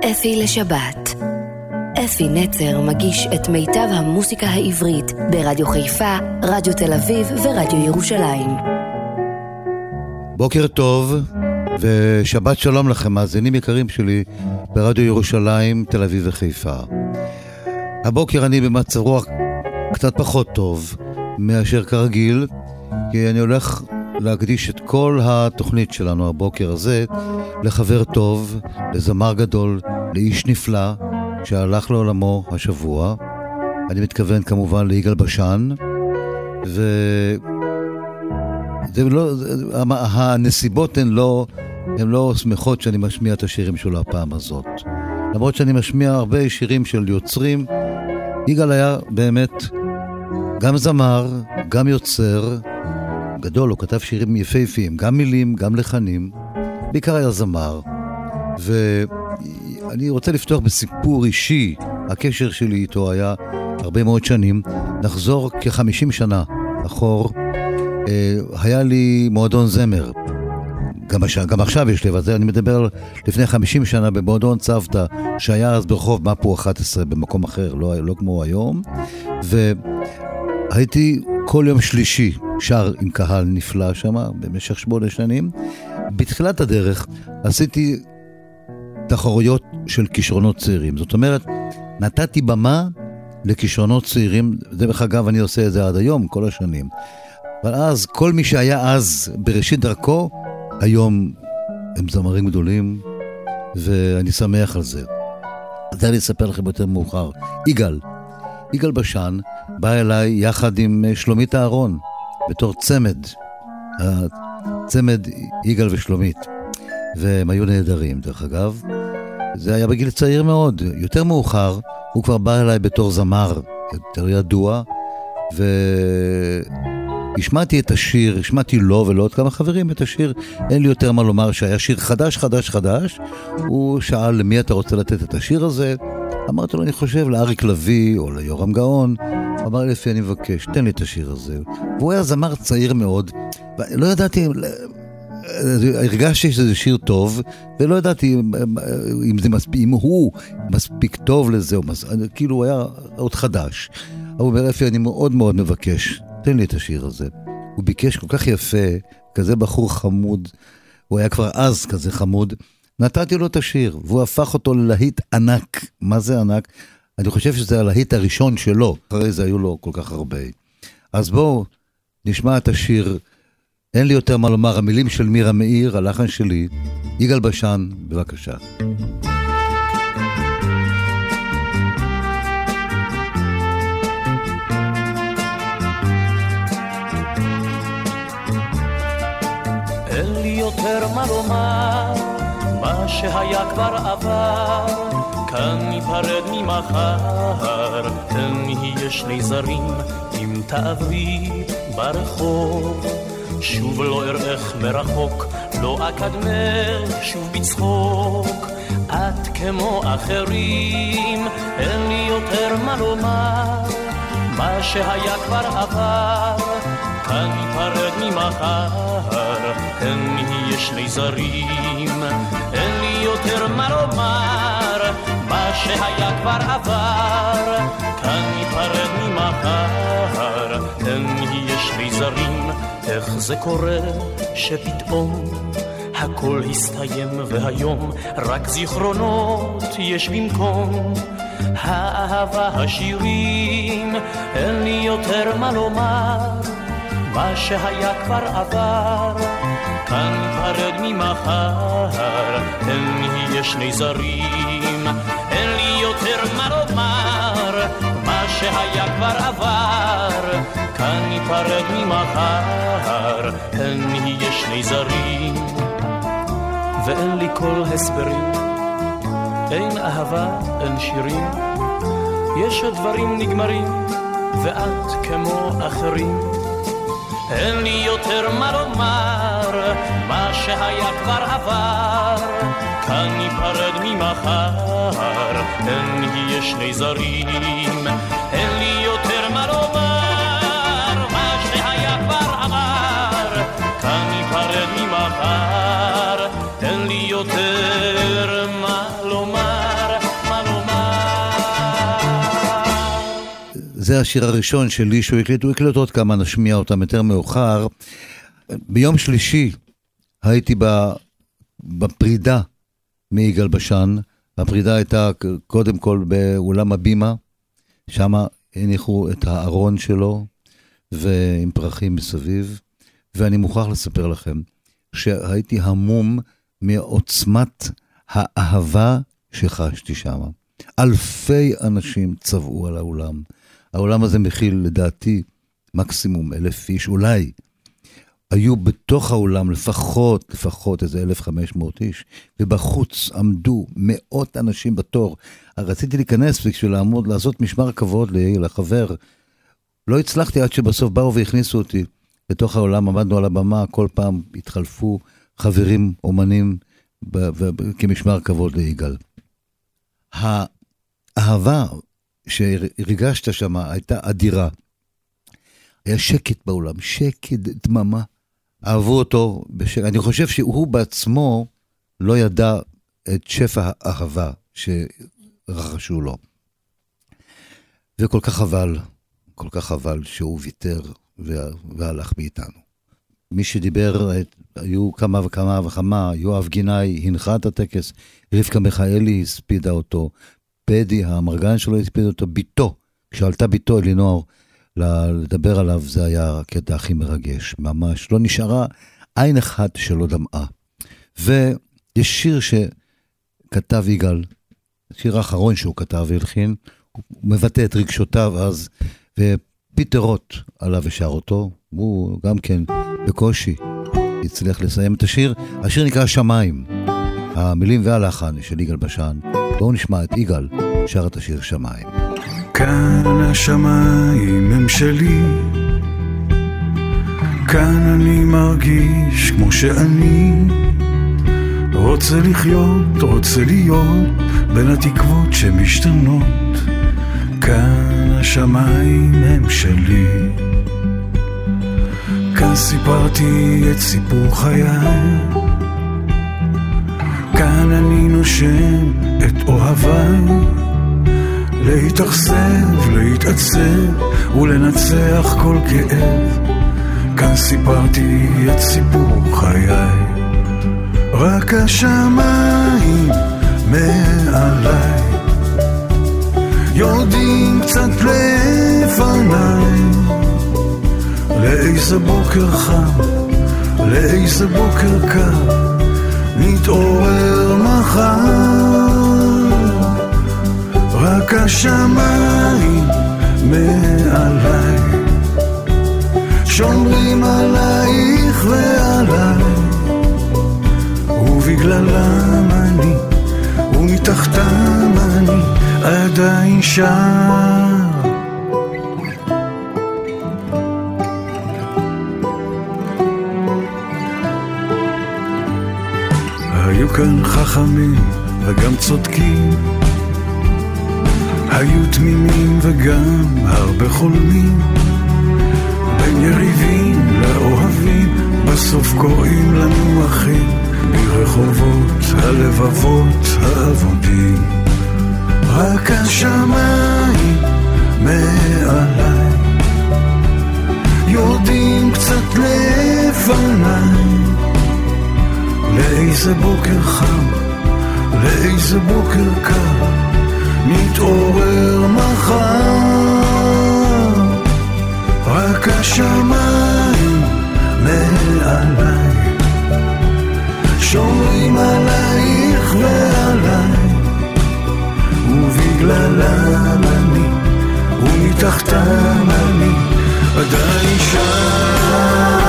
אפי לשבת. אפי נצר מגיש את מיטב המוסיקה העברית ברדיו חיפה, רדיו תל אביב ורדיו ירושלים. בוקר טוב ושבת שלום לכם, מאזינים יקרים שלי ברדיו ירושלים, תל אביב וחיפה. הבוקר אני במצב רוח קצת פחות טוב מאשר כרגיל, כי אני הולך להקדיש את כל התוכנית שלנו הבוקר הזה לחבר טוב, לזמר גדול, לאיש נפלא שהלך לעולמו השבוע. אני מתכוון כמובן ליגאל בשן, הנסיבות הן לא שמחות שאני משמיע את השירים שלו הפעם הזאת. למרות שאני משמיע הרבה שירים של יוצרים, יגאל היה באמת גם זמר, גם יוצר גדול, הוא כתב שירים יפהפיים, גם מילים, גם לחנים, בעיקר היה זמר. ואני רוצה לפתוח בסיפור אישי. הקשר שלי איתו היה הרבה מאוד שנים, נחזור כ-50 שנה אחור. היה לי מועדון זמר, גם עכשיו יש לי, אבל אני מדבר לפני 50 שנה במועדון צוותא, שהיה אז ברחוב מפו 11 במקום אחר, לא כמו היום. והייתי כל יום שלישי שר עם קהל נפלא שם במשך 8 שנים. בתחילת הדרך עשיתי תחרויות של כישרונות צעירים, זאת אומרת נתתי במה לכישרונות צעירים. דרך אגב אני עושה את זה עד היום, כל השנים. אבל אז כל מי שהיה אז בראשית דרכו, היום הם זמרים גדולים, ואני שמח על זה. אז אני אספר לכם יותר מאוחר. יגאל בשן בא אליי יחד עם שלומית אהרון בתור צמד יגאל ושלומית, והם היו נהדרים. דרך אגב זה היה בגיל צעיר מאוד. יותר מאוחר הוא כבר בא אליי בתור זמר יותר ידוע, השמעתי את השיר, השמעתי לו ולא עוד כמה חברים את השיר אין לי יותר מה לומר, שהיה שיר חדש. הוא שאל למי אתה רוצה לתת את השיר הזה, אמרתי לו אני חושב לאריק לוי או ליורם גאון. אמר לי לפי אני מבקש, תן לי את השיר הזה. והוא היה זמר צעיר מאוד, ולא ידעתי, הרגשתי שזה שיר טוב, ולא ידעתי אם הוא מספיק טוב לזה, כאילו הוא היה עוד חדש. הוא אומר אפי אני מאוד מאוד מבקש, תן לי את השיר הזה. הוא ביקש כל כך יפה, כזה בחור חמוד, הוא היה כבר אז כזה חמוד. נתתי לו את השיר, והוא הפך אותו ללהיט ענק. מה זה ענק? אני חושב שזה הלהיט הראשון שלו, אחרי זה היו לו כל כך הרבה. אז בואו נשמע את השיר, אין לי יותר מה לומר, המילים של מירה מאיר, הלחן שלי, יגאל בשן, בבקשה. אין לי יותר מה לומר, מה שהיה כבר עבר, כאן ניפרד ממחר, כאן נהיה שני זרים, אם תעברי ברחוב, שוב לא אראך מרחוק, לא אקדמך שוב בצחוק, את כמו אחרים, אין לי יותר מה לומר, מה שהיה כבר עבר, כאן ניפרד ממחר, כאן נהיה שני זרים, אין לי יותר מה לומר, מה שהיה כבר עבר, כאן ניפרד ממחר, כאן נהיה שני זרים. איך זה קורה שפתאום הכל הסתיים והיום רק זיכרונות יש במקום האהבה השירים, אין לי יותר מה לומר, מה שהיה כבר עבר, כאן ניפרד ממחר, כאן נהיה שני זרים, אין לי יותר מה לומר, מה שהיה כבר עבר, כאן ניפרד ממחר, כאן נהיה שני זרים. ואין לי כל הסברים, אין אהבה, אין שירים, יש הדברים נגמרים, ואת כמו אחרים. אין לי יותר מה לומר, מה שהיה כבר עבר, כאן ניפרד ממחר, כאן נהיה שני זרים. אין לי יותר מה לומר, מה שהיה כבר עבר, כאן ניפרד ממחר, אין לי יותר מה לומר, זה השיר הראשון שלי שהוא הקליט, הוא הקליט עוד כמה, נשמיע אותם יותר מאוחר. ביום שלישי הייתי בפרידה מיגאל בשן, הפרידה הייתה קודם כל באולם הבימה, שם הניחו את הארון שלו, ועם פרחים מסביב, ואני מוכרח לספר לכם, שהייתי המום מעוצמת האהבה שחשתי שם. אלפי אנשים צבעו על האולם. העולם הזה מכיל לדעתי מקסימום 1,000 איש, אולי. היו בתוך האולם לפחות איזה 1,500 איש, ובחוץ עמדו מאות אנשים בתור. רציתי להיכנס בשביל לעשות משמר כבוד לחבר. לא הצלחתי עד שבסוף באו והכניסו אותי לתוך העולם, עמדנו על הבמה, כל פעם התחלפו חברים, אומנים, כמשמר כבוד ליגאל. האהבה שהרגשת שם הייתה אדירה. היה שקט בעולם, שקט, דממה. אהבו אותו, אני חושב שהוא בעצמו לא ידע את שפע האהבה שרחשו לו. וכל כך חבל שהוא ויתר והלך מאיתנו. מי שדיבר, היו כמה וכמה, יואב גינאי הנחה את הטקס, רבקה מיכאלי הספידה אותו, פדי, המרגן שלו הספיד אותו, ביתו, כשעלתה ביתו אלינור, לדבר עליו זה היה הקטע הכי מרגש, ממש, לא נשארה עין אחת שלא דמעה. ויש שיר שכתב יגאל, שיר האחרון שהוא כתב והלחין, הוא מבטא את רגשותיו אז, ופיטר רוט עליו ושר אותו, הוא גם כן בקושי הצליח לסיים את השיר. השיר נקרא שמיים, המילים והלחן של יגאל בשן. בואו נשמע את יגאל שר את השיר שמיים. כאן השמיים הם שלי, כאן אני מרגיש כמו שאני רוצה לחיות, רוצה להיות בין התקוות שמשתנות. כאן השמיים הם שלי, כאן סיפרתי את סיפור חיי, כאן אני נושם את אוהביי, להתאכזב, להתעצב ולנצח כל כאב. כאן סיפרתי את סיפור חיי, רק השמיים מעליי יורדים קצת לפניי, לאיזה בוקר חם, לאיזה בוקר קר, נתעורר מחר. רק השמיים מעליי שומרים עלייך ועליי, ובגללם אני ומתחתם אני עדיין שם. היו כאן חכמים וגם צודקים, היו תמימים וגם הרבה חולמים, בין יריבים לאוהבים בסוף קוראים לנו אחים, ברחובות הלבבות האבודים. רק השמיים מעליי יורדים קצת לפניי, לאיזה בוקר חם, לאיזה בוקר קר, נתעורר מחר. רק השמיים מעליי שומרים עלייך ועליי, ובגללם אני ומתחתם אני עדיין שם.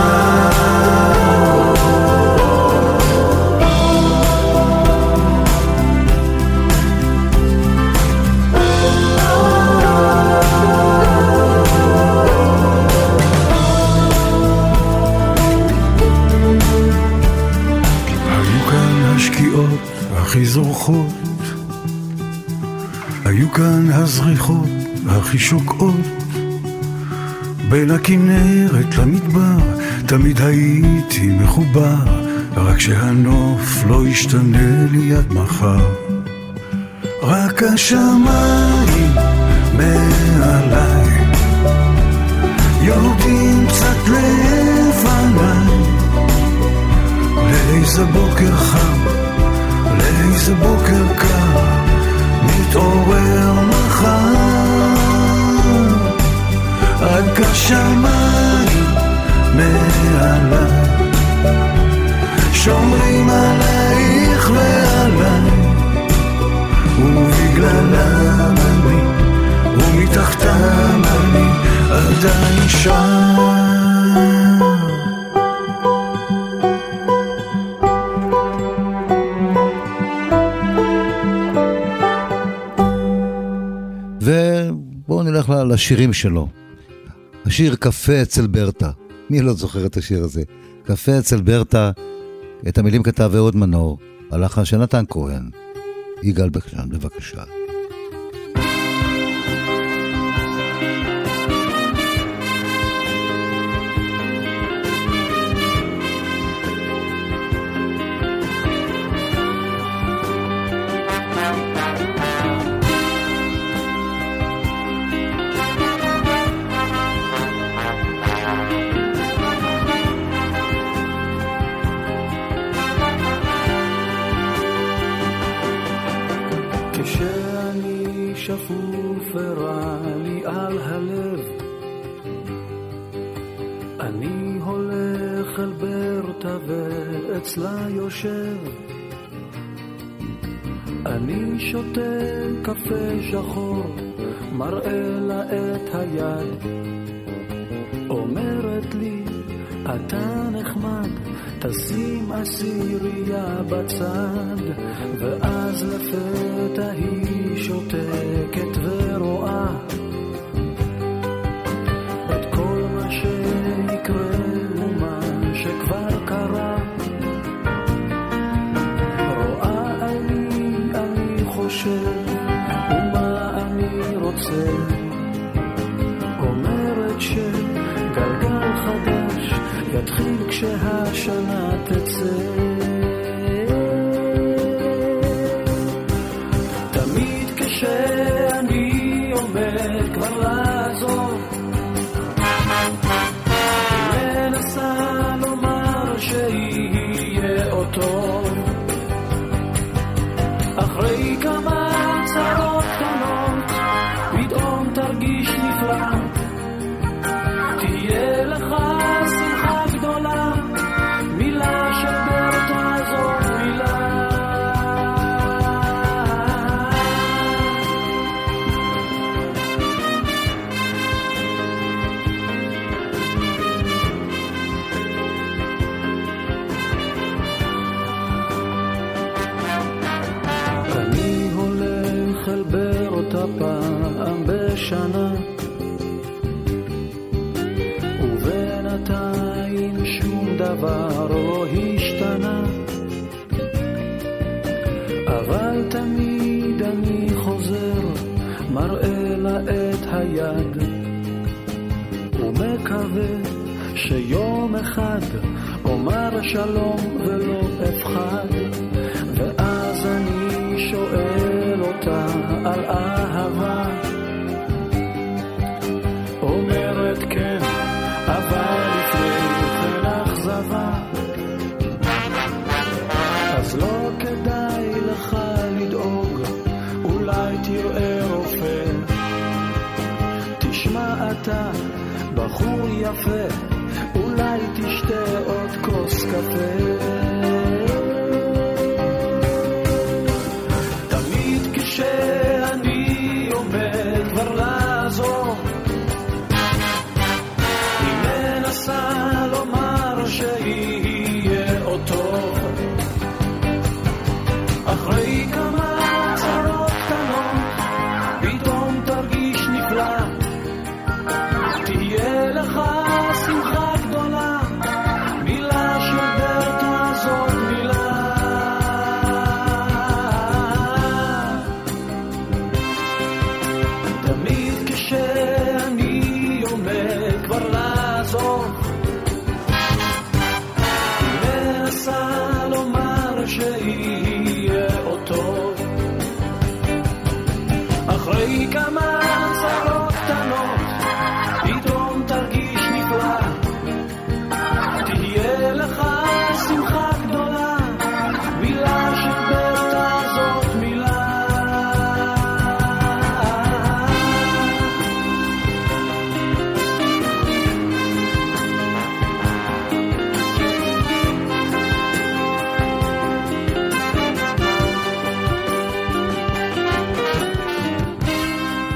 הכי זורחות, היו כאן הזריחות הכי שוקעות, בין הכנרת למדבר תמיד הייתי מחובר, רק שהנוף לא ישתנה לי עד מחר. רק השמיים מעליי יורדים קצת לפניי לאיזה בוקר חם, לאיזה בוקר קר, מתעורר מחר עד כשמיים מעליי, שומרים עלייך ועליי, ובגללם אני ומתחתם אני עדיין שם. ובואו נלך לשירים שלו. השיר קפה אצל ברטה. מי לא זוכר את השיר הזה? קפה אצל ברטה, את המילים כתב אהוד מנור, הלחן של נתן כהן. יגאל בקשן, בבקשה. כשאני שפוף ורע לי על הלב, אני הולך אל ברטה ואצלה יושב, אני שותה קפה שחור, מראה לה את היד, אומרת לי אתה נחמד, תשים עשירייה בצד, ואז לפתע היא שותקת ורואה את כל מה שיקרה ומה שכבר קרה, רואה אני חושב ומה אני רוצה, אומרת שגלגל חדש יתחיל כשהשנה תצא, תמיד כשאני עומד כבר לעזור, היא מנסה לומר שיהיה אותו, אחרי כמה צרות קטנות פתאום תרגיש נפלא, תהיה לך שמחה גדולה, מילה של ברטה זו מילה. אני הולך אל ברטה פעם בשנה, ובינתיים שום דבר לא השתנה, אבל תמיד אני חוזר, מראה לה את היד, ומקווה שיום אחד אומר שלום ולא אפחד, ואז אני שואל אותה על אהבה, אומרת כן, אבל לפני כן אכזבה, אז לא כדאי לך לדאוג, אולי תראה רופא, תשמע אתה בחור יפה, אולי תשתה עוד כוס קפה, תמיד כשאני עומד כבר לעזור, מנסה לומר שיהיה אותו, אחרי כמה צרות קטנות פתאום תרגיש נפלא, תהיה לך שמחה גדולה, מילה של ברטה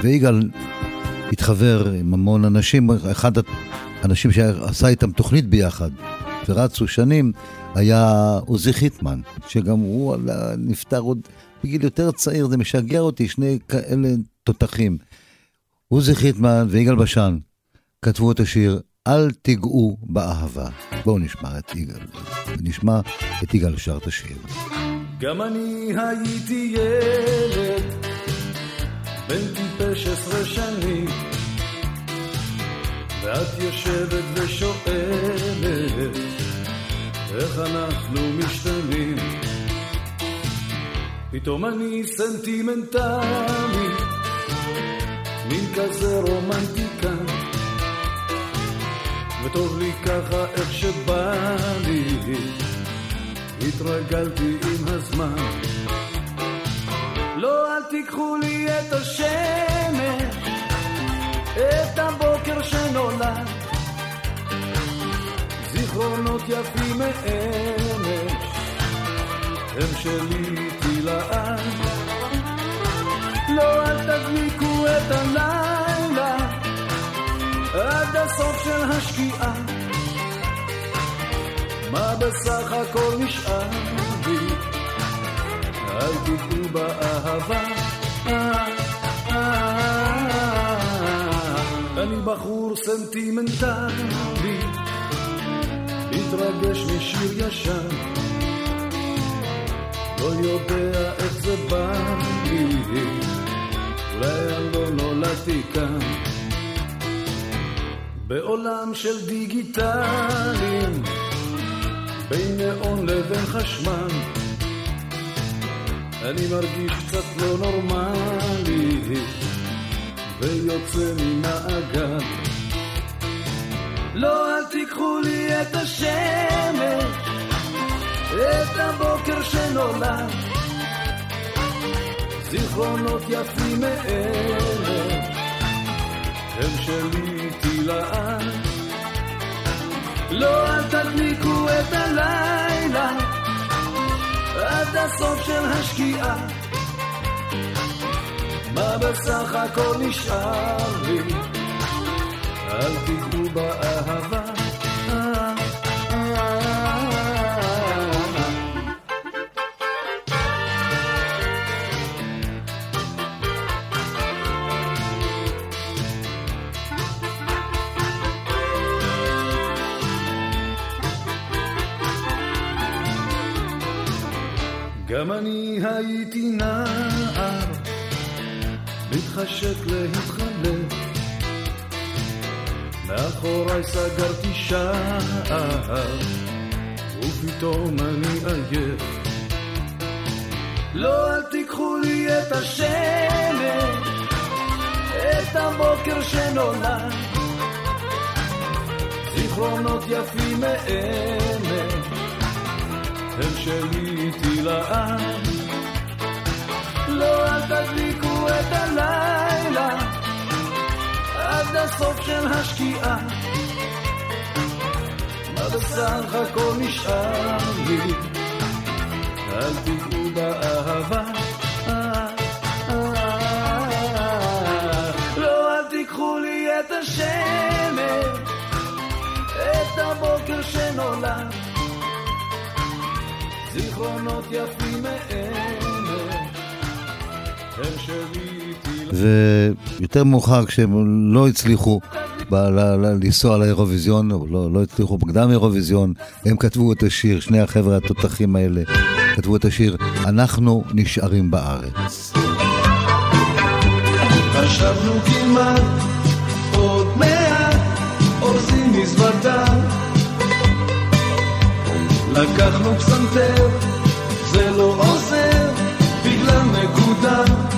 ויגאל התחבר עם המון אנשים, אחד האנשים שעשה איתם תוכנית ביחד, ורצו שנים, היה עוזי חיטמן, שגם הוא נפטר עוד בגיל יותר צעיר, זה משגע אותי, שני כאלה תותחים. עוזי חיטמן ויגאל בשן כתבו את השיר אל תיגעו באהבה. בואו נשמע את יגאל שר את השיר. גם אני הייתי ילד בן טיפש 10 שנים, ואת יושבת ושואלת איך אנחנו משתנים. פתאום אני סנטימנטלי, מין כזה רומנטיקה, וטוב לי ככה איך שבא לי, התרגלתי עם הזמן. לא, אל תיקחו לי את השמש, את הבוקר שנולד, זיכרונות יפים מאמש, הם שלי תלעד. לא, אל תדליקו את הלילה עד הסוף של השקיעה, מה בסך הכל נשאר לי, אל תיגעו באהבה. אני בחור סנטימנטלי, מתרגש משיר ישן, לא יודע איך זה בא לי, אולי אני לא נולדתי כאן בעולם של דיגיטלים, בין נאון לבין חשמל, אני מרגיש קצת לא נורמלי, ויוצא ממעגל. לא, אל תיקחו לי את השמש, את הבוקר שנולד, זיכרונות יפים מאלה, הם שלי תלעד. לא, אל תדליקו את הלילה עד הסוף של השקיעה, מה בסך הכל נשאר לי, אל תיגעו באהבה. גם אני הייתי נער, מתחשק להתחלף, מאחוריי סגרתי שער, ופתאום אני עייף. לא, אל תיקחו לי את השמש, את הבוקר שנולד, זיכרונות יפים מאמש, הם שלי תלעד. לא, אל תדליקו את הלילה עד הסוף של השקיעה, מה בסך הכל נשאר לי, אל תיגעו באהבה. לא, אל תיקחו לי את השמש, את הבוקר שנולד, זיכרונות יפים מאמש, הם שלי תלעד. ויותר מאוחר, כשהם לא הצליחו לנסוע לאירוויזיון, או לא הצליחו בקדם אירוויזיון, הם כתבו את השיר, שני החבר'ה התותחים האלה כתבו את השיר אנחנו נשארים בארץ. חשבנו כמעט עוד מעט עושים מזוודה, לקחנו פסנתר, זה לא עוזר בגלל נקודה,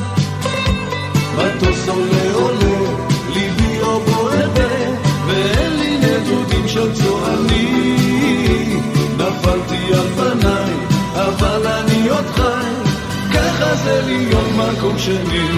מטוס עולה עולה, ליבי לא בוער, ואין לי נדודים של צועני, נפלתי על פניי, אבל אני עוד חי, ככה זה להיות מקום שני.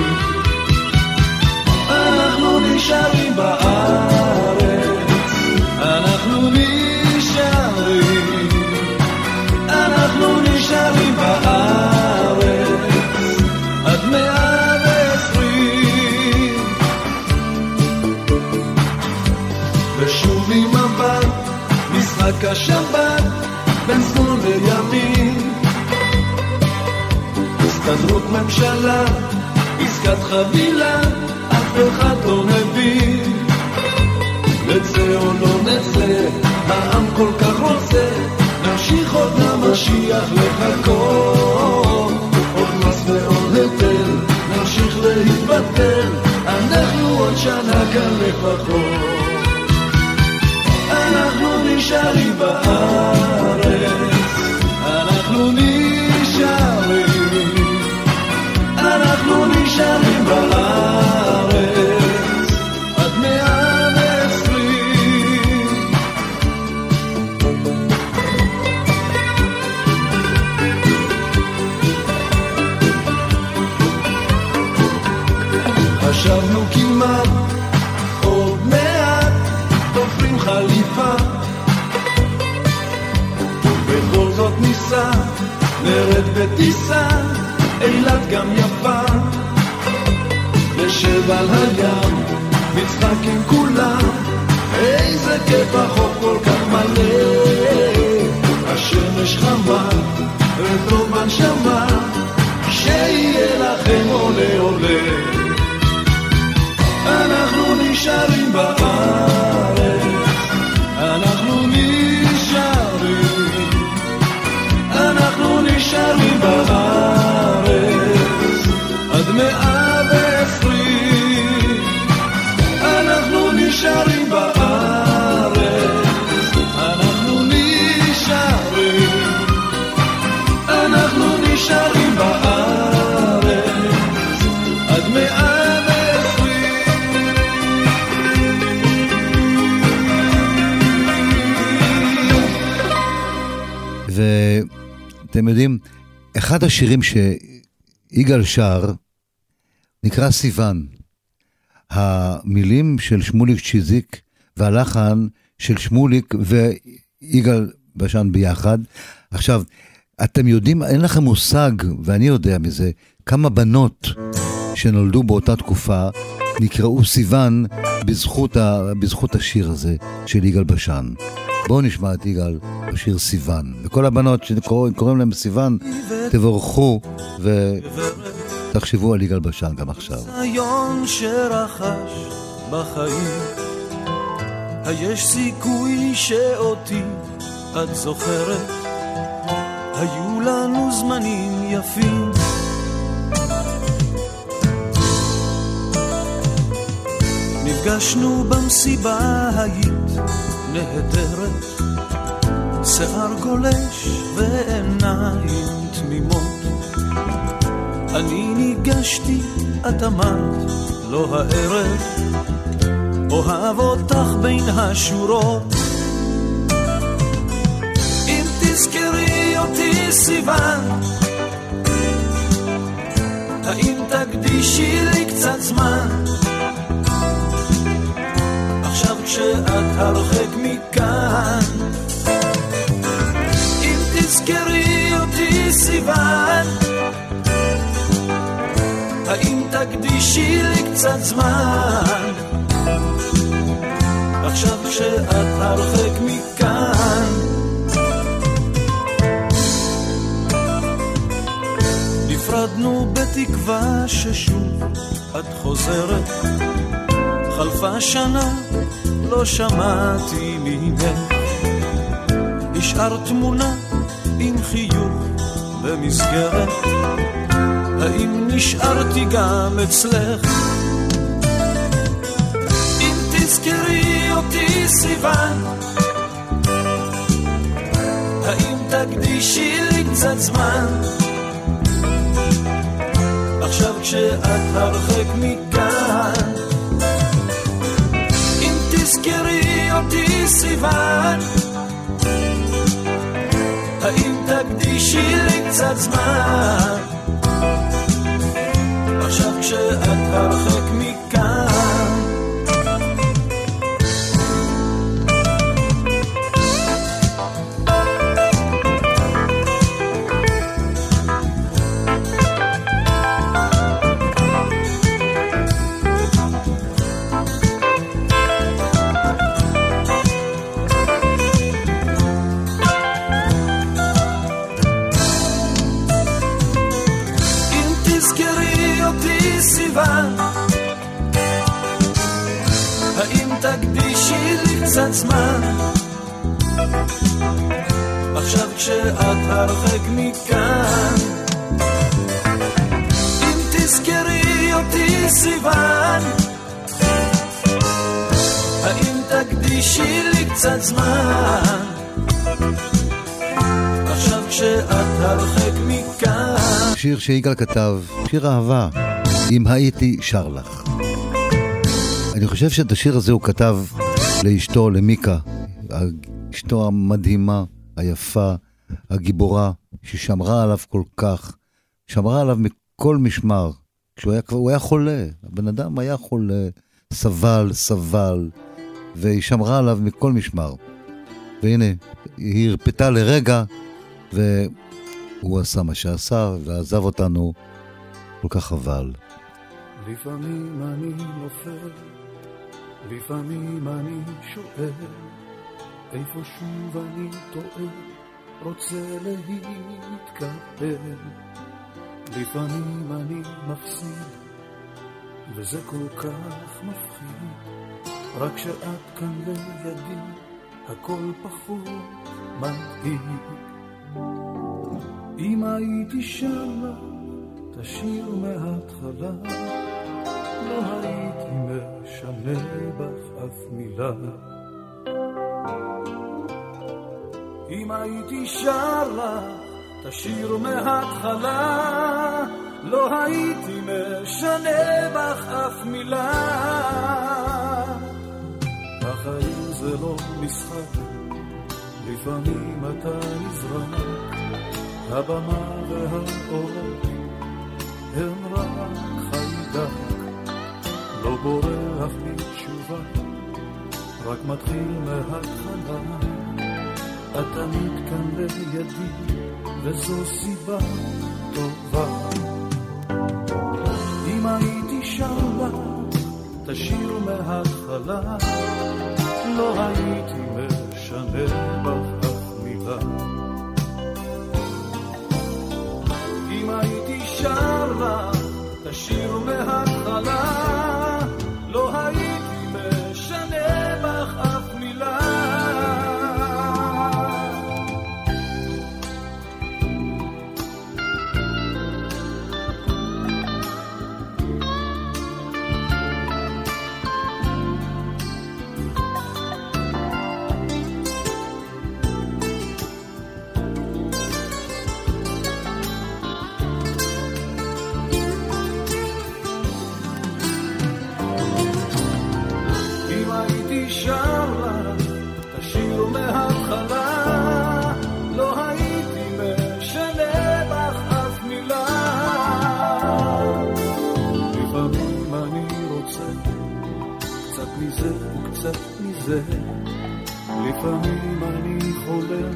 אנחנו נשארים בארץ, אנחנו נשארים, אנחנו נשארים בארץ, עד 120, ממשלה, עסקת חבילה, אף אחד לא מבין. נצא או לא נצא, העם כל כך רוצה, נמשיך עוד למשיח לחכות. עוד מס ועוד היטל, נמשיך להתבטל, אנחנו עוד שנה כאן לפחות. אנחנו נשארים בארץ, אנחנו נשארים, אנחנו נשארים בארץ עד 120. חשבנו כמעט עוד מעט תופרים חליפה, בכל זאת ניסה נרד בטיסה, אילת גם יפה, נשב על הים, נצחק עם כולם, איזה כיף החוף כל כך מלא, השמש חמה וטוב בנשמה, שיהיה לכם עולה עולה. אנחנו נשארים בארץ, אנחנו נשארים, אנחנו נשארים בארץ עד 120. אנחנו נשארים בארץ, אנחנו נשארים, אנחנו נשארים בארץ עד 120. ואתם יודעים, אחד השירים שיגאל שר נקרא סיוון. המילים של שמוליק צ'יזיק והלחן של שמוליק ויגאל בשן ביחד. עכשיו, אתם יודעים, אין לכם מושג, ואני יודע מזה, כמה בנות שנולדו באותה תקופה נקראו סיוון בזכות השיר הזה של יגאל בשן. בואו נשמע את יגאל בשיר סיוון. וכל הבנות שקוראים להם סיוון, תבורכו ותחשבו על יגאל בשן גם עכשיו. ציון שרחש בחיים, היש סיכוי שאותי את זוכרת, היו לנו זמנים יפים, נפגשנו במסיבה, היית נהדרת, שיער גולש ועיניים תמימות, אני ניגשתי, את אמרת לא הערב, אוהב אותך בין השורות, אם תזכרי אותי סיוון, האם תקדישי לי קצת זמן, עכשיו כשאת הרחק מכאן, אם תזכרי אותי סיוון, האם תקדישי לי קצת זמן, עכשיו כשאת הרחק מכאן. נפרדנו בתקווה ששוב את חוזרת, חלפה שנה לא שמעתי ממך, השאר תמונה עם חיוך במסגרת, האם נשארתי גם אצלך, אם תזכרי אותי סיוון, האם תקדישי לי קצת זמן, עכשיו כשאת הרחק מכאן, אם תזכרי אותי סיוון, האם תקדישי לי קצת זמן, עכשיו כשאת הרחק מכאן. סיוון, האם תקדישי לי קצת זמן, עכשיו כשאת הרחק מכאן, אם תזכרי אותי סיוון, האם תקדישי לי קצת זמן, עכשיו כשאת הרחק מכאן. שיר שיגאל כתב, שיר אהבה, אם הייתי שר לך. אני חושב שאת השיר הזה הוא כתב לאשתו, למיקה, אשתו המדהימה, היפה, הגיבורה, ששמרה עליו כל כך, שמרה עליו מכל משמר, כשהוא היה חולה, הבן אדם היה חולה, סבל, והיא שמרה עליו מכל משמר. והנה, היא הרפתה לרגע, והוא עשה מה שעשה, ועזב אותנו כל כך חבל. לפעמים אני נופל, לפעמים אני שואל, איפה שוב אני טועה, רוצה להתקפל. לפעמים אני מפסיד, וזה כל כך מפחיד, רק שאת כאן לידי, הכל פחות מדהים. אם הייתי שמה תשיר מההתחלה, לא הייתי משנה בך אף מילה. אם הייתי שרה תשיר מההתחלה, לא הייתי משנה בך אף מילה. החיים זה לא משחק, לפעמים אתה נזרק, הבמה והאורות הם רק חיידק, לא בורח מתשובה, רק מתחיל מההתחלה. את תמיד כאן לידי, וזו סיבה טובה. אם הייתי שרה תשיר מההתחלה, לא הייתי משנה בך אף מילה. אם הייתי שרה תשיר מההתחלה, לא הייתי משנה בך אף מילה. לפעמים אני חולם,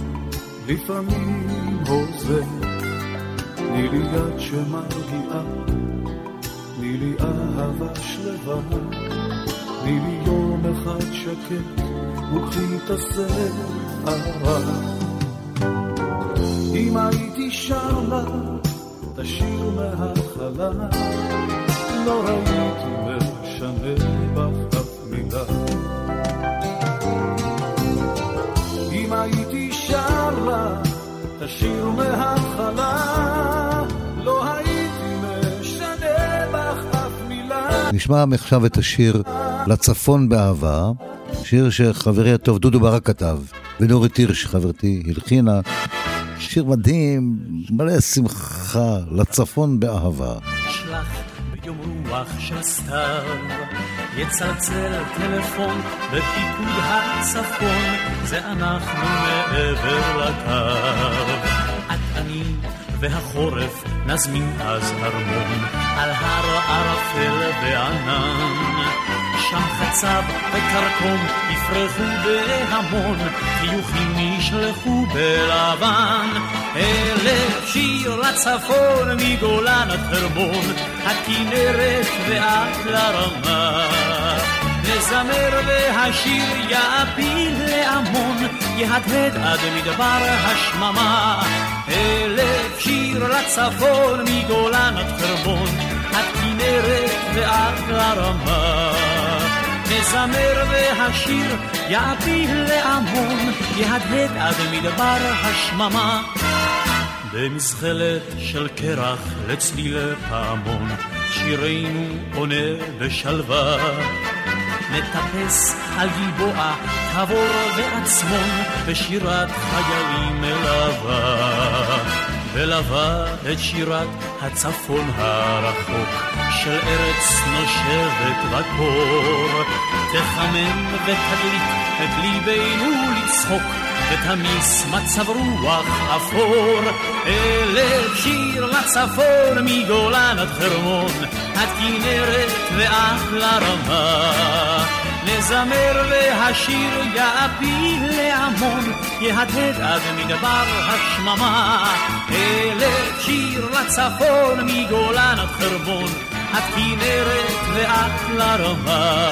לפעמים הוזה, תני לי יד שמרגיעה, תני לי אהבה שלווה, תני לי יום אחד שקט וקחי את השערה. אם הייתי שרה תשיר מההתחלה, לא הייתי משנה בך אף מילה. אם הייתי שרה תשיר מההתחלה, לא הייתי משנה בך אף מילה. נשמע עכשיו את השיר לצפון באהבה, שיר שחברי הטוב דודו ברק כתב, ונורית הירש חברתי הלחינה. שיר מדהים, מלא שמחה, לצפון באהבה. שלח ביום רוח של סתיו, יצלצל טלפון בפיקוד הצפון, זה אנחנו מעבר לקו. את אני והחורף נזמין אז הרמון, על הר ערפל וענן, שם חצב וקרקום יפרחו בהמון, חיוכים ישלחו בלבן. אלף שיר לצפון מגולן עד חרמון, הכנרת ועד לרמה, נזמר והשיר יעפיל להמון, יהדהד עד מדבר השממה. אלף שיר לצפון מגולן עד חרמון, הכנרת לרמה. נזמר והשיר יעפיל להמון, יהדהד עד מדבר השממה. במזחלת של קרח לצליל פעמון, שירנו עונה בשלווה. נטפס על גלבוע, תבור ועצמון, בשירת חיילים מלווה. ולווה את שירת הצפון הרחוק, של ארץ נושבת בקור. תחמם ותדליק את ליבנו לצחוק, ותמיס מצב רוח אפור. אלף שיר לצפון מגולן עד חרמון, עד כנרת ועד לרמה. נזמר והשיר יעפיל להמון, יהדהד עד מדבר השממה. אלף שיר לצפון מגולן עד חרמון, עד כנרת ועד לרמה.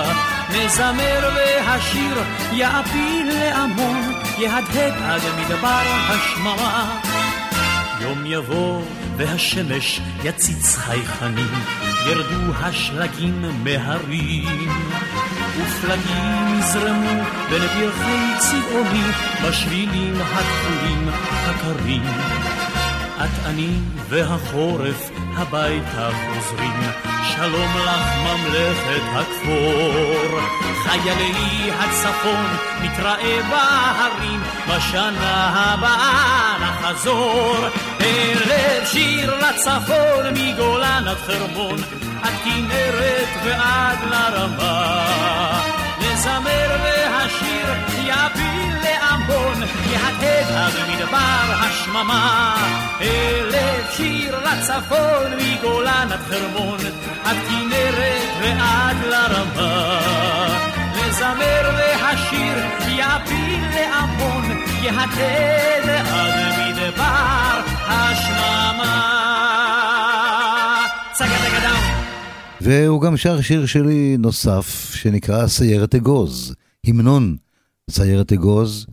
נזמר והשיר יעפיל להמון, יהדהד עד מדבר השממה. יום יבוא והשמש יציץ חייכנים, ירדו השלגים מהרים, ופלגים יזרמו בין פרחי צבעוני, בשבילים הכחולים הקרים. את אני והחורף הביתה חוזרים, שלום לך ממלכת הכפור. חיילי הצפון נתראה בהרים, בשנה הבאה נחזור. אלף שיר לצפון מגולן עד חרמון, עד כנרת ועד לרמה. נזמר והשיר יעפיל להמון, יהדהד עד מדבר השממה. אלף שיר לצפון מגולן עד חרמון, עד כנרת ועד לרמה. נזמר והשיר יעפיל להמון, יהדהד עד מדבר השממה. והוא גם שר שיר שלי נוסף שנקרא סיירת אגוז, המנון סיירת אגוז,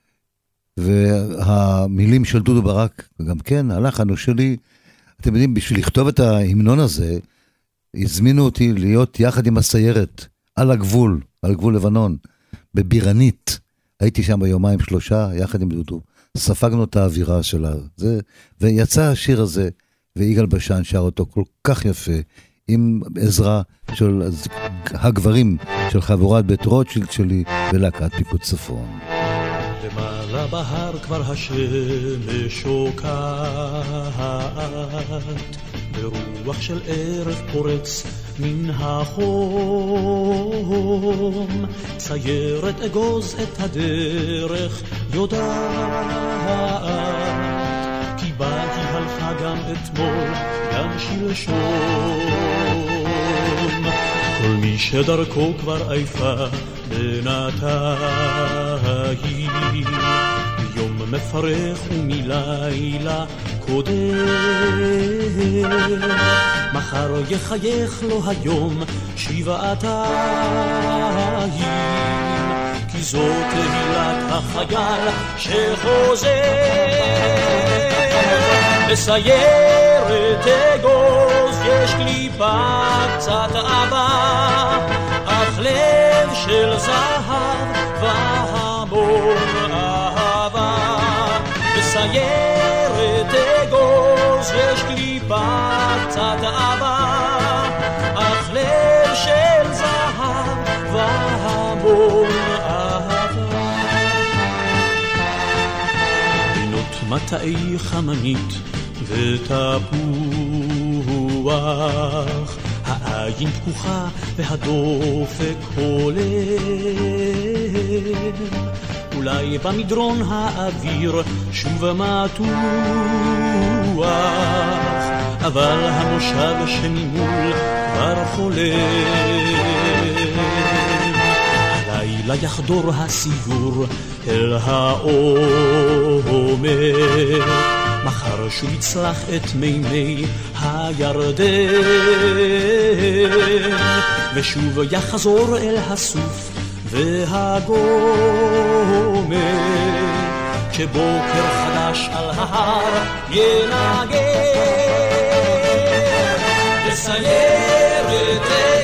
והמילים של דודו ברק, וגם כן הלחן הוא שלי. אתם יודעים, בשביל לכתוב את ההמנון הזה, הזמינו אותי להיות יחד עם הסיירת על הגבול, על גבול לבנון, בבירנית. הייתי שם ביומיים שלושה יחד עם דודו, ספגנו את האווירה שלה, ויצא השיר הזה, ויגאל בשן שר אותו כל כך יפה, עם עזרה של הגברים של חבורת בית רוטשילד שלי ולהקת פיקוד צפון. למעלה בהר כבר השמש שוקעת, ברוח של ערב פורץ מן החום. סיירת אגוז את הדרך יודעת, כי בה היא הלכה גם אתמול גם שלשום. כל מי שדרכו כבר עייפה בינתיים, יום מפרך ומלילה קודם, מחר יחייך לו היום שבעתיים, כי זו תהילת החייל שחוזר. בסיירת אגוז יש קליפה קצת עבה, אך לב של זהב והמון אהבה. בסיירת אגוז יש קליפה קצת עבה, אך לב של זהב והמון אהבה. בינות מטעי חמנית ותפוח, העין פקוחה והדופק הולם, אולי במדרון האוויר שוב מתוח, אבל המושב שממול כבר חולם. הלילה יחדור הסיור אל העומר, מחר שוב יצלח את מימי הירדן, ושוב יחזור אל הסוף והגומר, כשבוקר חדש על ההר ינגן. בסיירת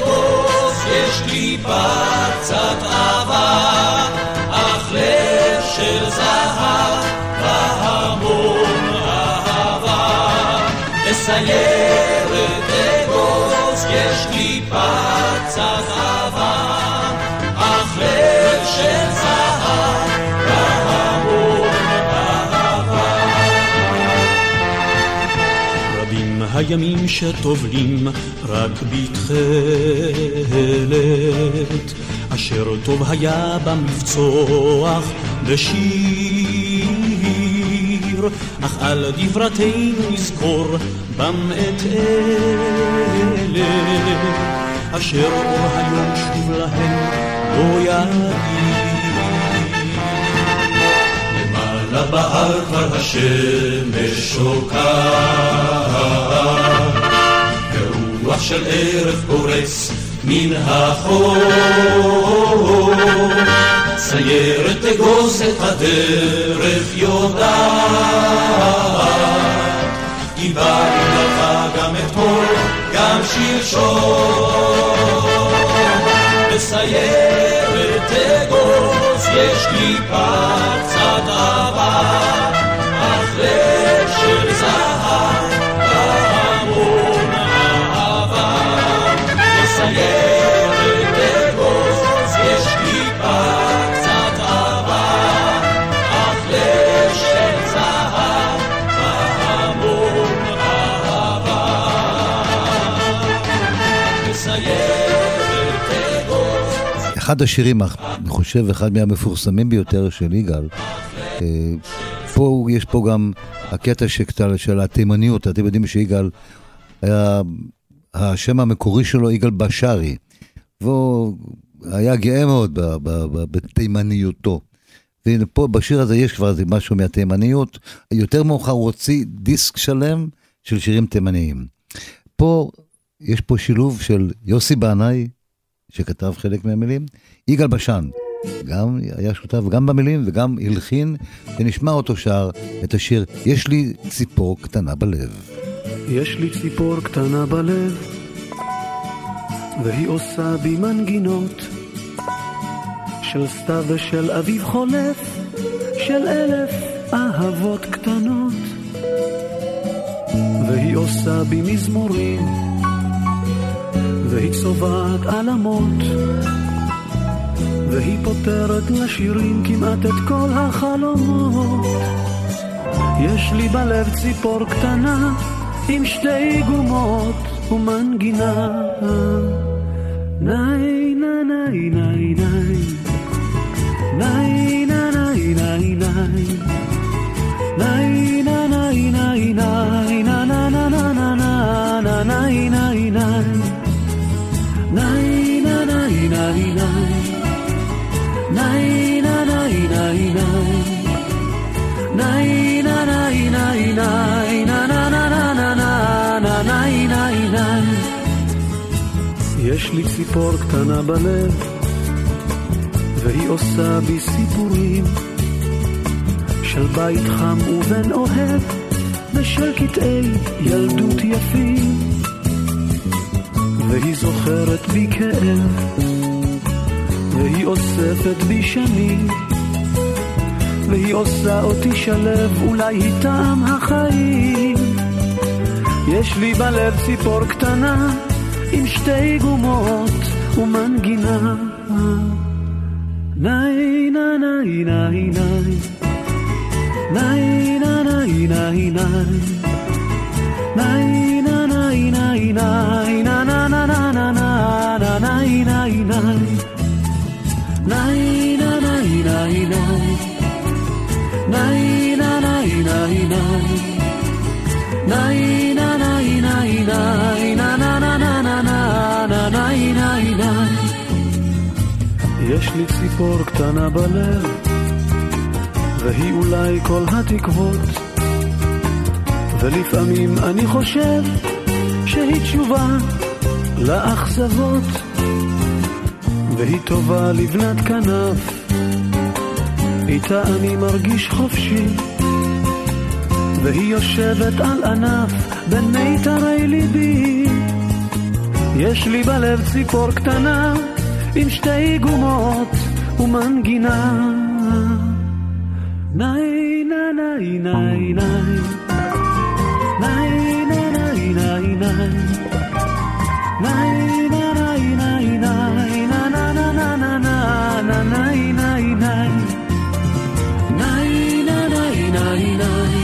טיפה קצת אהבה, אך לב של זהב והמון אהבה. בסיירת אגוז יש טיפה קצת אהבה, אך לב של זהב והמון אהבה. רבים הימים שטובלים רק בתחילת, אשר טוב היה במבצוח בשיר, אך על דברתנו נזכור בם את אלה, אשר אור היום שוב להם לא יאיר. למעלה בהר כבר השמש שוקעת, ורוח של ערב פורץ מן החור. סיירת אגוז את הדרך יודעת, קיבלנו לך גם אתמול גם שלשום. בסיירת אגוז יש טיפה קצת אהבה, אך לב של זהב והמון אהבה. בסיירת אגוז יש טיפה קצת אהבה, אך לב של זהב והמון אהבה. בסיירת אגוז. אחד השירים, אני חושב, אחד מהמפורסמים ביותר של יגאל, פה יש פה גם הקטע של התימניות. אתם יודעים שיגאל היה, השם המקורי שלו יגאל בשארי, והוא היה גאה מאוד בתימניותו. והנה פה בשיר הזה יש כבר משהו מהתימניות. יותר מאוחר הוא הוציא דיסק שלם של שירים תימניים. פה יש פה שילוב של יוסי בנאי, שכתב חלק מהמילים, יגאל בשן, גם היה שותף גם במילים וגם הלחין, ונשמע אותו שר את השיר יש לי ציפור קטנה בלב. יש לי ציפור קטנה בלב, והיא עושה בי מנגינות של סתיו ושל אביב חולף, של 1000 אהבות קטנות. והיא עושה בי מזמורים, והיא צובעת עלמות, והיא פותרת לשירים כמעט את כל החלומות. יש לי בלב ציפור קטנה עם 2 גומות ומנגינה. ניי ניי ניי ניי ניי ניי ניי ניי ניי ניי ניי ניי יש לי ציפור קטנה בלב, והיא עושה בי סיפורים של בית חם ובן אוהב, ושל קטעי ילדות יפים. והיא זוכרת בי כאב, והיא אוספת בי שנים, והיא עושה אותי שלב, אולי היא טעם החיים. יש לי בלב ציפור קטנה עם 2 גומות ומנגינה. ניי ניי ניי ניי ניי ניי ניי ניי ניי ניי יש לי ציפור קטנה בלב, והיא אולי כל התקוות, ולפעמים אני חושב שהיא תשובה לאכזבות, והיא טובה לבנת כנף, איתה אני מרגיש חופשי, והיא יושבת על ענף בין מיתרי ליבי. יש לי בלב ציפור קטנה עם שתי גומות ומנגינה. נאי נאי נאי נאי נאי נאי נאי נאי נאי נאי נאי נאי נא נא נא נא נא נא נא נאי נאי נאי נאי נאי נאי נאי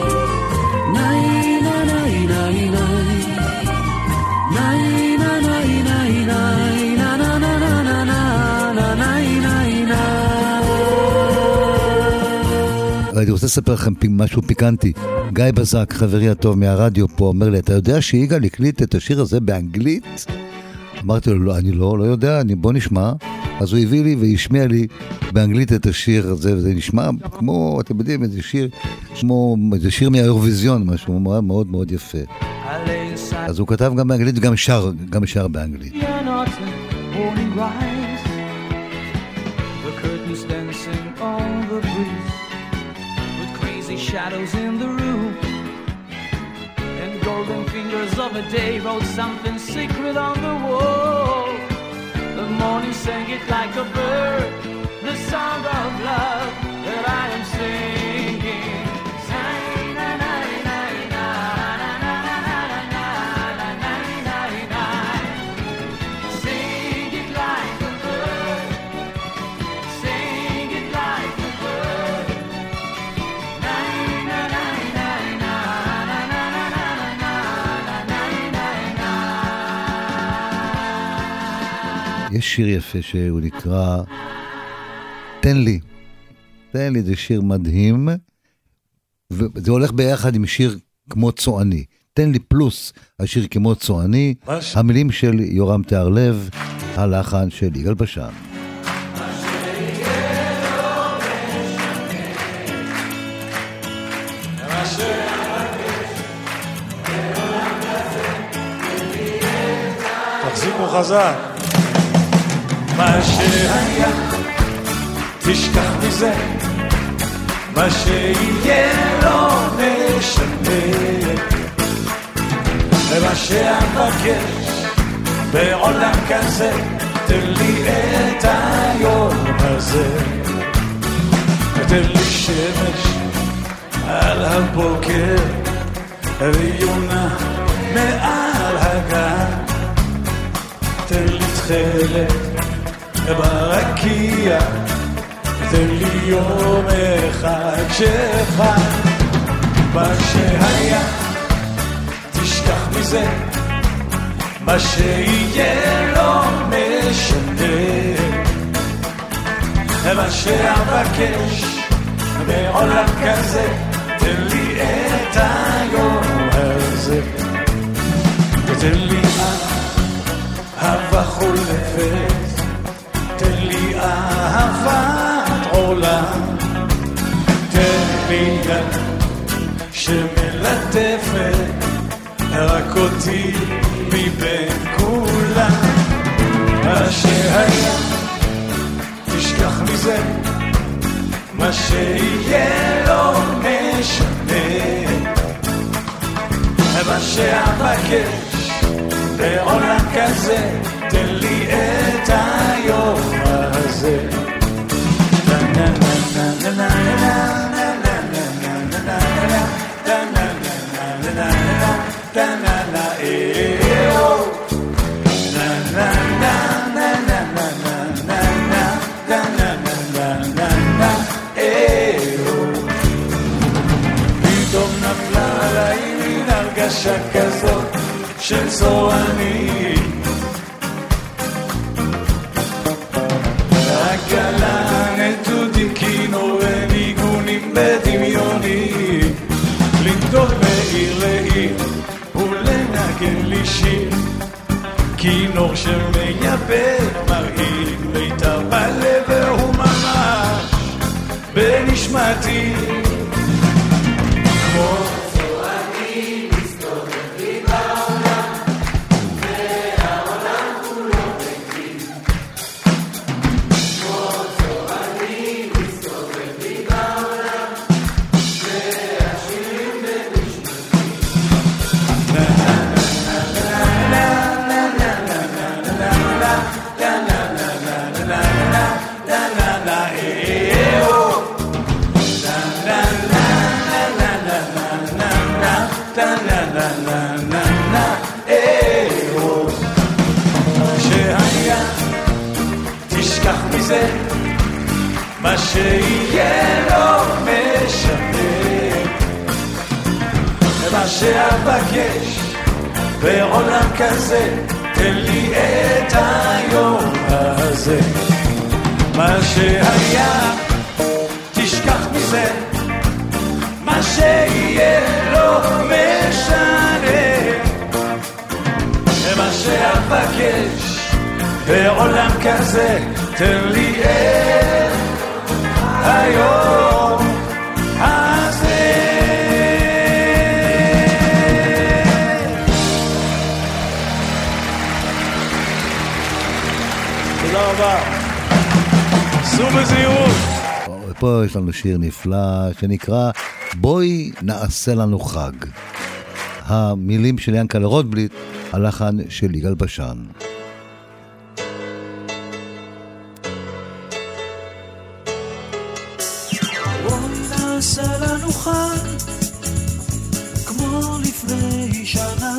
אני רוצה לספר לכם משהו פיקנטי. גיא בזק, חברי הטוב מהרדיו פה, אומר לי, אתה יודע שיגאל הקליט את השיר הזה באנגלית? אמרתי לו, לא, אני לא יודע, בוא נשמע. אז הוא הביא לי והשמיע לי באנגלית את השיר הזה, וזה נשמע כמו, אתם יודעים, איזה שיר מהאירוויזיון, משהו מאוד מאוד יפה. אז הוא כתב גם באנגלית וגם שר באנגלית. Shadows in the room, and golden fingers of a day wrote something secret on the wall. The morning sang it like a bird, the sound of love that I am singing. יש שיר יפה שהוא נקרא תן לי, זה שיר מדהים, וזה הולך ביחד עם שיר כמו צועני. תן לי פלוס השיר כמו צועני, המילים של יורם תיארלב, הלחן של יגאל בשן. תחזיקו חזק. מה שהיה, תשכח מזה, מה שיהיה לא משנה, ומה שאבקש בעולם כזה, תן לי את היום הזה, תן לי שמש על הבוקר, ויונה מעל הגן, תן לי תחלת ברקיע, תן לי יום אחד שחד, מה שהיה תשכח מזה, מה שיהיה לא משנה, מה שאבקש בעולם כזה, תן לי את היום הזה, תן לי אהבה חולפת, תן לי אהבת עולם, תן לי יד שמלטפת רק אותי מבין כולם, מה שהיה תשכח מזה, מה שיהיה לא משנה, מה שאבקש בעולם כזה, תן לי את היום הזה. פתאום נפלה עליי מין הרגשה כזאת של צועני, הקלה נטודי כינור וניגונים בדמיונים, לנדוד מעיר לעיר ולנגן לי שיר, כינור שמייבד מרעיד מיתר בלב והוא ממש בנשמתי, כמו צועני מסתובב לי בעולם, והעולם כולו ביתי, כמו צועני מסתובב לי בעולם, והשירים בנשמתי, na na na na na na na na na מה שיהיה לא משנה, מה שאבקש בעולם כזה, תן לי את היום הזה. מה שהיה תשכח מזה, מה שיהיה לא משנה, מה שאבקש בעולם כזה, תן לי את היום הזה. תודה רבה. סעו בזהירות. פה יש לנו שיר נפלא שנקרא בואי נעשה לנו חג. המילים של ינקלה רוטבליט, הלחן של יגאל בשן. בואי נעשה לנו חג כמו לפני שנה,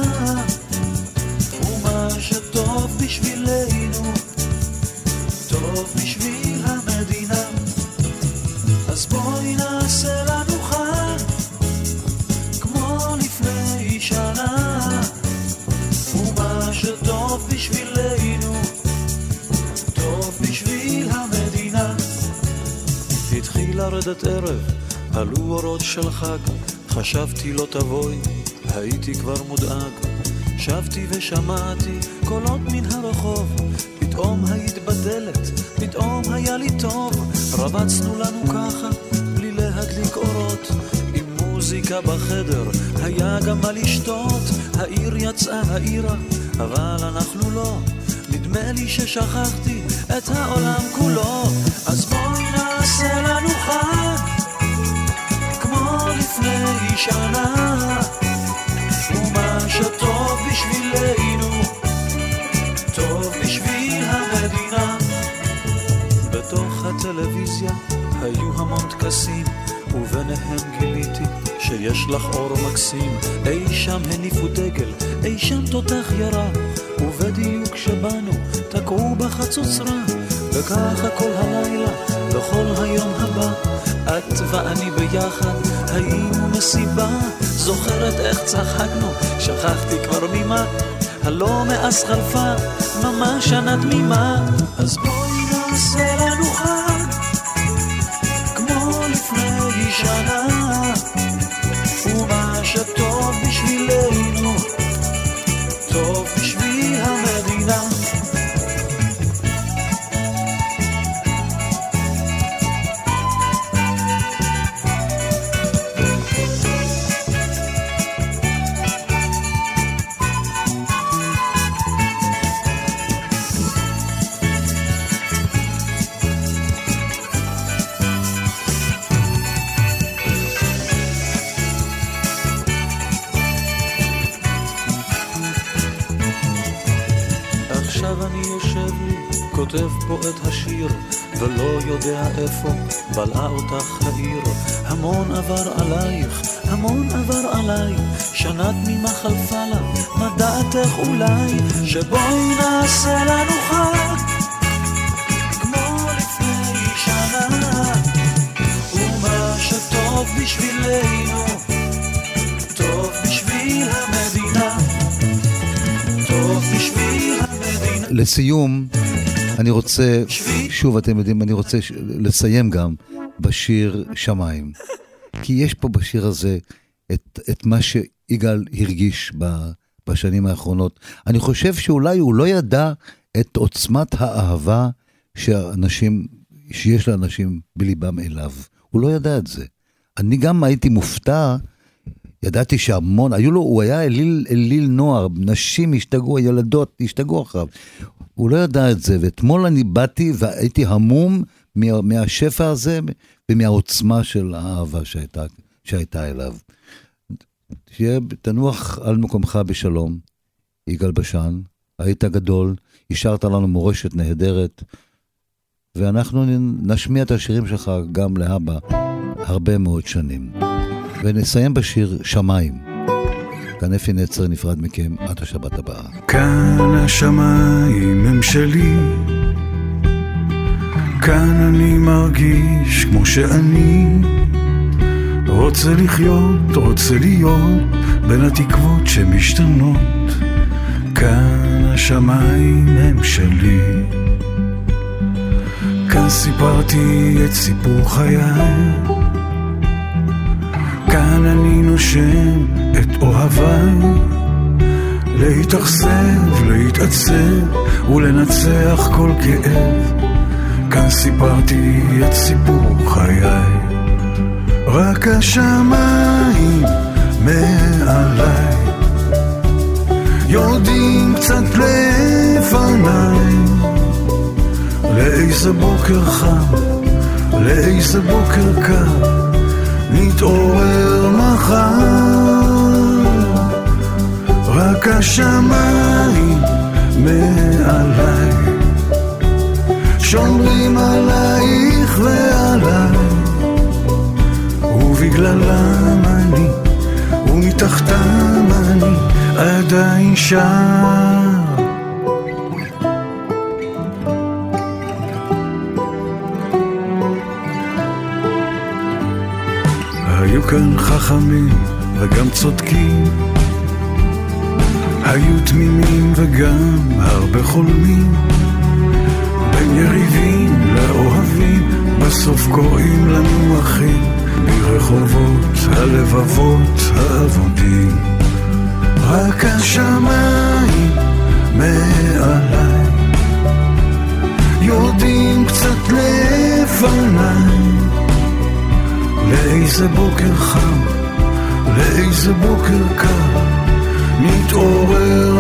ומה שטוב בשבילנו טוב בשביל המדינה. אז בואי נעשה לנו חג כמו לפני שנה, ומה שטוב בשבילנו טוב בשביל המדינה. התחיל לרדת ערב, עלו אורות של חג, חשבתי לא תבואי, הייתי כבר מודאג. שבתי ושמעתי קולות מן הרחוב, פתאום היית בדלת, פתאום היה לי טוב. רבצנו לנו ככה, בלי להדליק אורות, עם מוזיקה בחדר, היה גם מה לשתות. העיר יצאה העירה, אבל אנחנו לא, נדמה לי ששכחתי את העולם כולו. אז בואי נעשה לנו חג כמו לפני שנה, ומה שטוב בשבילנו טוב בשביל המדינה. בתוך הטלוויזיה היו המון תקסים, וביניהם גיליתי שיש לך אור מקסים. אי שם הניפו דגל, אי שם תותח ירה, ובדיוק שבאנו תקעו בחצוצרה. וככה כל הלילה וכל היום הבא, את ואני ביחד היינו מסיבה. זוכרת איך צחקנו, שכחתי כבר ממה, הלא מאז חלפה ממש שנה תמימה. אז בואי נעשה לנו חג כמו לפני שנה, ומה שטוב בשבילנו טוב בשביל המדינה. כותב פה את השיר ולא יודע איפה בלעה אותך העיר. המון עבר עלייך, המון עבר עליי, שנה תמימה חלפה לה, מה דעתך אולי שבואי נעשה לנו חג כמו לפני שנה, ומה שטוב בשבילנו טוב בשביל המדינה, טוב בשביל המדינה. לסיום אני רוצה, שוב אתם יודעים, אני רוצה לסיים גם בשיר שמיים. כי יש פה בשיר הזה את מה שיגאל הרגיש בשנים האחרונות. אני חושב שאולי הוא לא ידע את עוצמת האהבה שיש לאנשים בליבם אליו. הוא לא ידע את זה. אני גם הייתי מופתע, ידעתי שהמון, הוא היה אליל נוער, נשים השתגעו, הילדות השתגעו אחריו. הוא לא ידע את זה, ואתמול אני באתי והייתי המום מהשפע הזה ומהעוצמה של האהבה שהייתה אליו. תנוח על מקומך בשלום, יגאל בשן, היית גדול, השארת לנו מורשת נהדרת, ואנחנו נשמיע את השירים שלך גם להבא הרבה מאוד שנים. ונסיים בשיר שמיים. כאן אפי נצר נפרד מכם עד השבת הבאה. כאן השמיים הם שלי, כאן אני מרגיש כמו שאני רוצה לחיות, רוצה להיות בין התקוות שמשתנות. כאן השמיים הם שלי, כאן סיפרתי את סיפור חיי, כאן אני נושם את אוהביי, להתאכזב, להתעצב ולנצח כל כאב. כאן סיפרתי את סיפור חיי, רק השמיים מעליי יודעים קצת לפניי לאיזה בוקר חם, לאיזה בוקר קר נתעורר מחר. רק השמיים מעליי שומרים עלייך ועליי, ובגללם אני ומתחתם אני עדיין שר. היו כאן חכמים וגם צודקים, היו תמימים וגם הרבה חולמים, בין יריבים לאוהבים בסוף קוראים לנו אחים, ברחובות הלבבות האבודים. רק השמיים מעליי יודעים קצת לפניי לאיזה בוקר חם, לאיזה בוקר קר נתעורר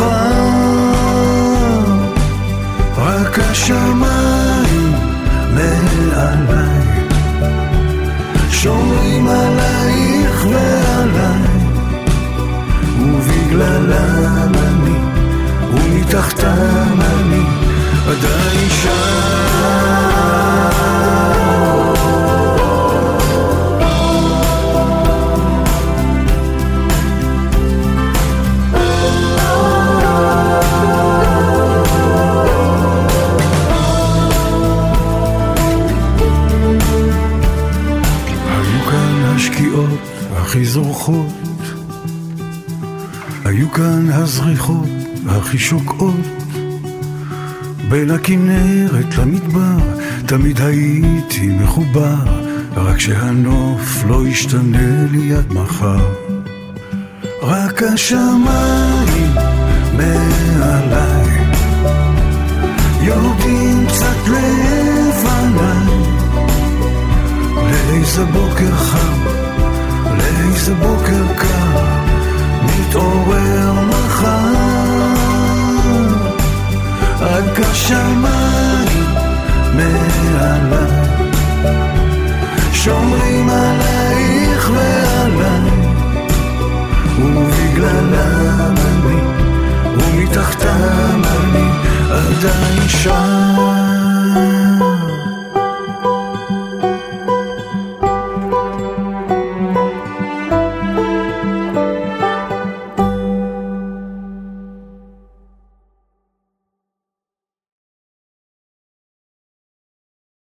מחר. רק השמיים מעליי שומרים עלייך ועליי, ובגללם אני ומתחתם אני עדיין שר. הכי זורחות, היו כאן הזריחות הכי שוקעות, בין הכנרת למדבר תמיד הייתי מחובר, רק שהנוף לא ישתנה לי עד מחר. רק השמיים מעליי יודעים קצת לפניי לאיזה בוקר חם, לאיזה בוקר קר נתעורר מחר. רק השמיים מעליי שומרים עלייך ועליי, ובגללם אני ומתחתם אני עדיין שם.